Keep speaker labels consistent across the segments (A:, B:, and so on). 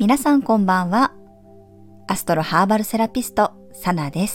A: 皆さんこんばんは。アストロハーバルセラピストサナです。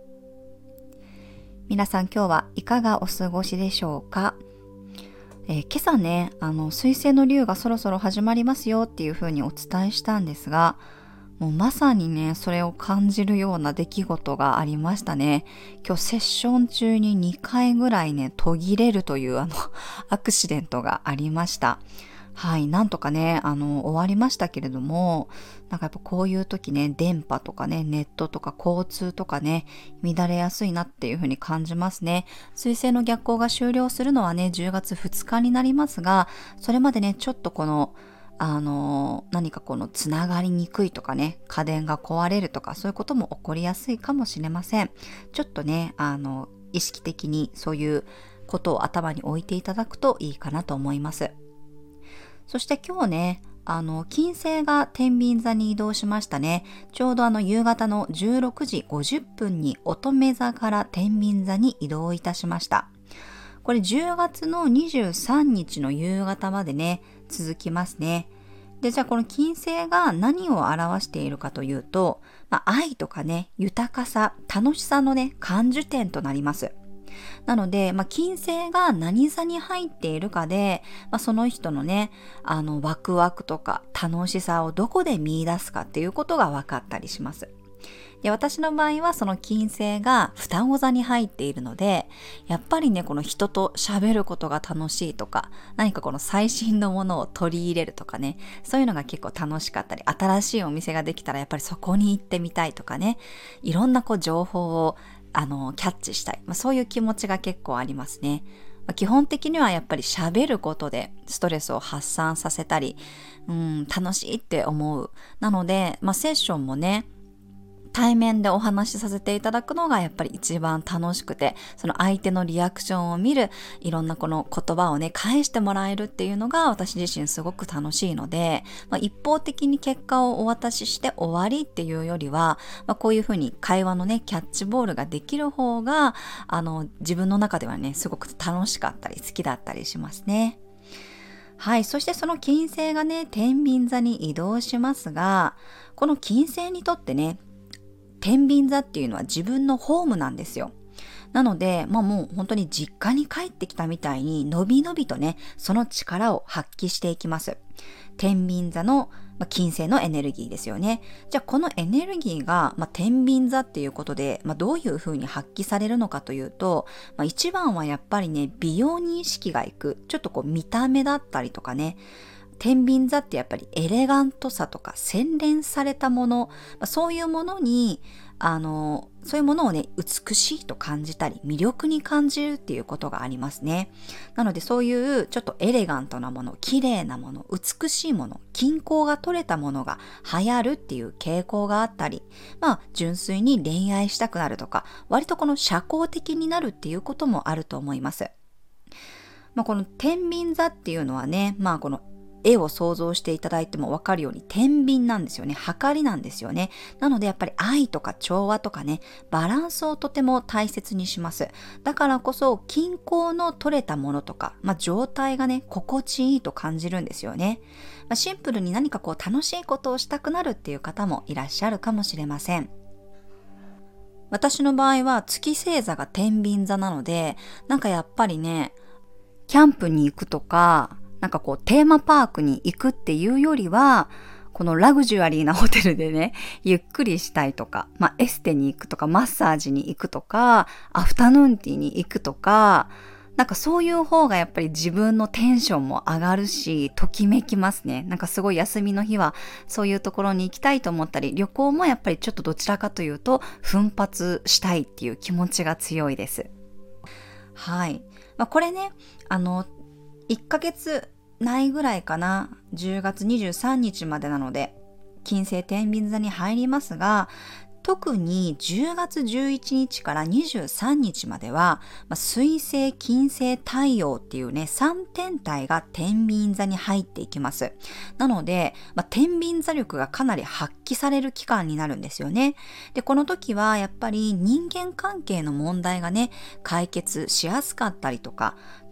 A: 皆さん今日はいかがお過ごしでしょうか。今朝ね、水星の竜がそろそろ始まりますよっていう風にお伝えしたんですが、もうまさにね、それを感じるような出来事がありましたね。今日セッション中に2回ぐらいね、途切れるというアクシデントがありました。はい、なんとかね、終わりましたけれども、なんかやっぱこういう時ね、電波とかね、ネットとか交通とかね、乱れやすいなっていう風に感じますね。水星の逆行が終了するのはね、10月2日になりますが、それまでね、ちょっとこの、何かこのつながりにくいとかね、家電が壊れるとか、そういうことも起こりやすいかもしれません。ちょっとね、意識的にそういうことを頭に置いていただくといいかなと思います。そして今日ね、金星が天秤座に移動しましたね。ちょうど夕方の16時50分に乙女座から天秤座に移動いたしました。これ10月の23日の夕方までね、続きますね。で、じゃあこの金星が何を表しているかというと、愛とかね、豊かさ、楽しさのね、感受点となります。なので、金星が何座に入っているかで、その人のね、ワクワクとか楽しさをどこで見出すかっていうことが分かったりします。で、私の場合はその金星が双子座に入っているので、やっぱりね、この人と喋ることが楽しいとか、何かこの最新のものを取り入れるとかね、そういうのが結構楽しかったり、新しいお店ができたらやっぱりそこに行ってみたいとかね、いろんな情報をキャッチしたい。そういう気持ちが結構ありますね。基本的にはやっぱり喋ることでストレスを発散させたり、楽しいって思う。なので、セッションもね、対面でお話しさせていただくのがやっぱり一番楽しくて、その相手のリアクションを見る、いろんなこの言葉をね、返してもらえるっていうのが私自身すごく楽しいので、一方的に結果をお渡しして終わりっていうよりは、こういうふうに会話のね、キャッチボールができる方が、自分の中ではね、すごく楽しかったり好きだったりしますね。はい。そしてその金星がね、天秤座に移動しますが、この金星にとってね、天秤座っていうのは自分のホームなんですよ。なので、もう本当に実家に帰ってきたみたいに、のびのびとね、その力を発揮していきます。天秤座の金星のエネルギーですよね。じゃあこのエネルギーが、天秤座っていうことで、どういうふうに発揮されるのかというと、一番はやっぱりね、美容に意識がいく。ちょっと見た目だったりとかね、天秤座ってやっぱりエレガントさとか洗練されたもの、そういうものに、そういうものをね、美しいと感じたり、魅力に感じるっていうことがありますね。なのでそういうちょっとエレガントなもの、綺麗なもの、美しいもの、均衡が取れたものが流行るっていう傾向があったり、純粋に恋愛したくなるとか、割とこの社交的になるっていうこともあると思います。この天秤座っていうのはね、この絵を想像していただいてもわかるように天秤なんですよね。計りなんですよね。なのでやっぱり愛とか調和とかね、バランスをとても大切にします。だからこそ均衡の取れたものとか、状態がね、心地いいと感じるんですよね。シンプルに何か楽しいことをしたくなるっていう方もいらっしゃるかもしれません。私の場合は月星座が天秤座なので、なんかやっぱりね、キャンプに行くとか、なんかテーマパークに行くっていうよりは、このラグジュアリーなホテルでね、ゆっくりしたいとか、エステに行くとか、マッサージに行くとか、アフタヌーンティーに行くとか、なんかそういう方がやっぱり自分のテンションも上がるし、ときめきますね。なんかすごい休みの日はそういうところに行きたいと思ったり、旅行もやっぱりちょっとどちらかというと、奮発したいっていう気持ちが強いです。はい。これね、1ヶ月ないぐらいかな、10月23日までなので、金星天秤座に入りますが、特に10月11日から23日までは、水星、金星、太陽っていうね、3天体が天秤座に入っていきます。なので、天秤座力がかなり発揮される期間になるんですよね。で、この時はやっぱり人間関係の問題がね、解決しやすかったりとか、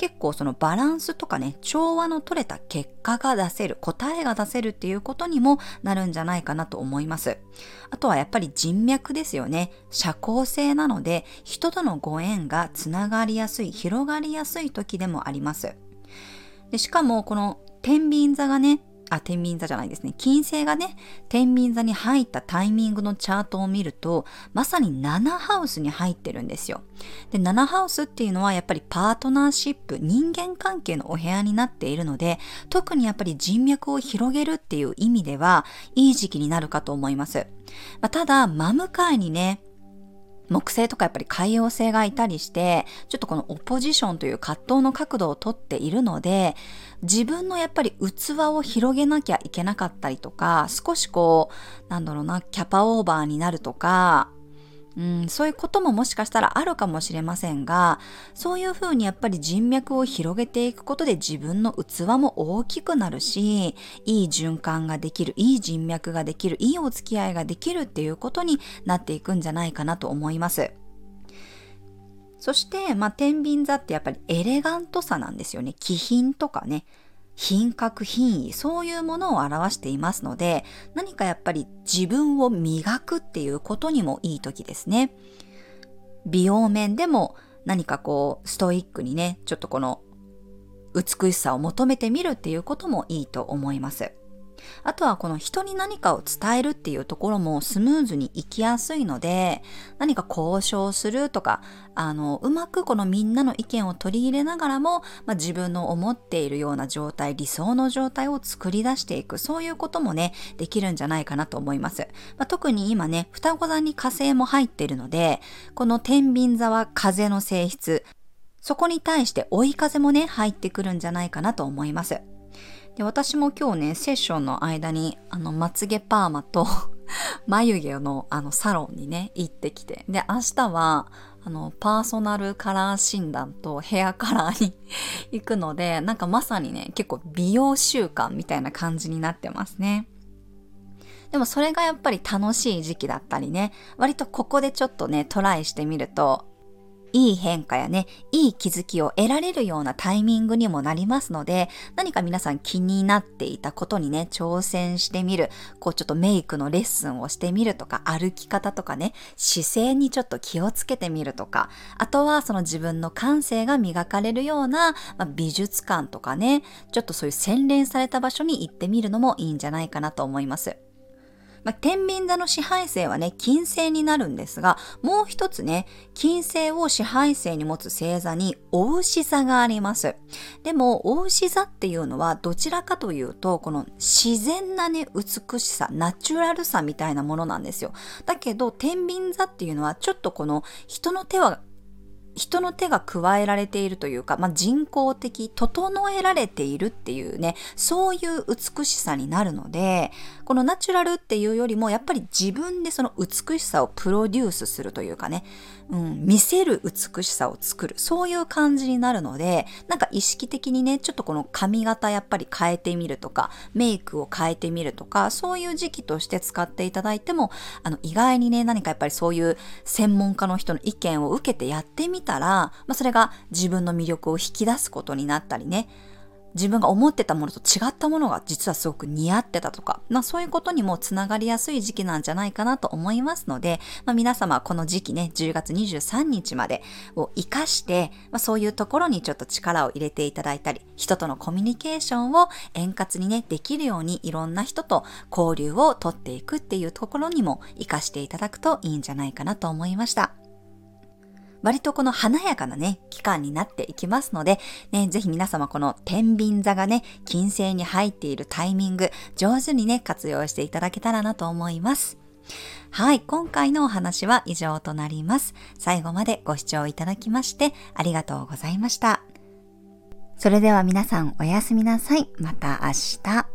A: 結構そのバランスとかね、調和の取れた結果が出せる、答えが出せるっていうことにもなるんじゃないかなと思います。あとはやっぱり人脈ですよね。社交性なので、人とのご縁がつながりやすい、広がりやすい時でもあります。でしかもこの天秤座がね、天秤座じゃないですね。金星がね、天秤座に入ったタイミングのチャートを見ると、まさに7ハウスに入ってるんですよ。で、7ハウスっていうのはやっぱりパートナーシップ、人間関係のお部屋になっているので、特にやっぱり人脈を広げるっていう意味では、いい時期になるかと思います。ただ、真向かいにね、木星とかやっぱり海王星がいたりして、ちょっとこのオポジションという葛藤の角度をとっているので、自分のやっぱり器を広げなきゃいけなかったりとか、少しこう、キャパオーバーになるとか、そういうことももしかしたらあるかもしれませんが、そういうふうにやっぱり人脈を広げていくことで自分の器も大きくなるし、いい循環ができる、いい人脈ができる、いいお付き合いができるっていうことになっていくんじゃないかなと思います。そして、天秤座ってやっぱりエレガントさなんですよね。気品とかね。品格、品位、そういうものを表していますので、何かやっぱり自分を磨くっていうことにもいい時ですね。美容面でも何かこう、ストイックにね、ちょっとこの美しさを求めてみるっていうこともいいと思います。あとはこの人に何かを伝えるっていうところもスムーズにいきやすいので、何か交渉するとか、うまくこのみんなの意見を取り入れながらも、自分の思っているような状態、理想の状態を作り出していく、そういうこともね、できるんじゃないかなと思います。特に今ね、双子座に火星も入っているので、この天秤座は風の性質、そこに対して追い風もね、入ってくるんじゃないかなと思います。で、私も今日ね、セッションの間に、まつげパーマと眉毛のサロンにね、行ってきて。で、明日は、パーソナルカラー診断とヘアカラーに行くので、まさにね、結構美容習慣みたいな感じになってますね。でもそれがやっぱり楽しい時期だったりね、割とここでちょっとね、トライしてみると、いい変化やね、いい気づきを得られるようなタイミングにもなりますので、何か皆さん気になっていたことにね、挑戦してみる、ちょっとメイクのレッスンをしてみるとか、歩き方とかね、姿勢にちょっと気をつけてみるとか、あとはその自分の感性が磨かれるような、美術館とかね、ちょっとそういう洗練された場所に行ってみるのもいいんじゃないかなと思います。天秤座の支配星はね、金星になるんですが、もう一つね、金星を支配星に持つ星座に、牡牛座があります。でも、牡牛座っていうのは、どちらかというと、この自然なね、美しさ、ナチュラルさみたいなものなんですよ。だけど、天秤座っていうのは、ちょっとこの人の手が加えられているというか、人工的、整えられているっていうね、そういう美しさになるので、このナチュラルっていうよりも、やっぱり自分でその美しさをプロデュースするというかね、見せる美しさを作る、そういう感じになるので、意識的にね、ちょっとこの髪型やっぱり変えてみるとか、メイクを変えてみるとか、そういう時期として使っていただいても、意外にね、何かやっぱりそういう専門家の人の意見を受けてやってみたら、それが自分の魅力を引き出すことになったりね、自分が思ってたものと違ったものが実はすごく似合ってたとか、そういうことにもつながりやすい時期なんじゃないかなと思いますので、皆様この時期ね、10月23日までを活かして、そういうところにちょっと力を入れていただいたり、人とのコミュニケーションを円滑にね、できるようにいろんな人と交流を取っていくっていうところにも活かしていただくといいんじゃないかなと思いました。割とこの華やかなね、期間になっていきますので、ね、ぜひ皆様この天秤座がね、金星に入っているタイミング、上手にね、活用していただけたらなと思います。はい、今回のお話は以上となります。最後までご視聴いただきましてありがとうございました。それでは皆さんおやすみなさい。また明日。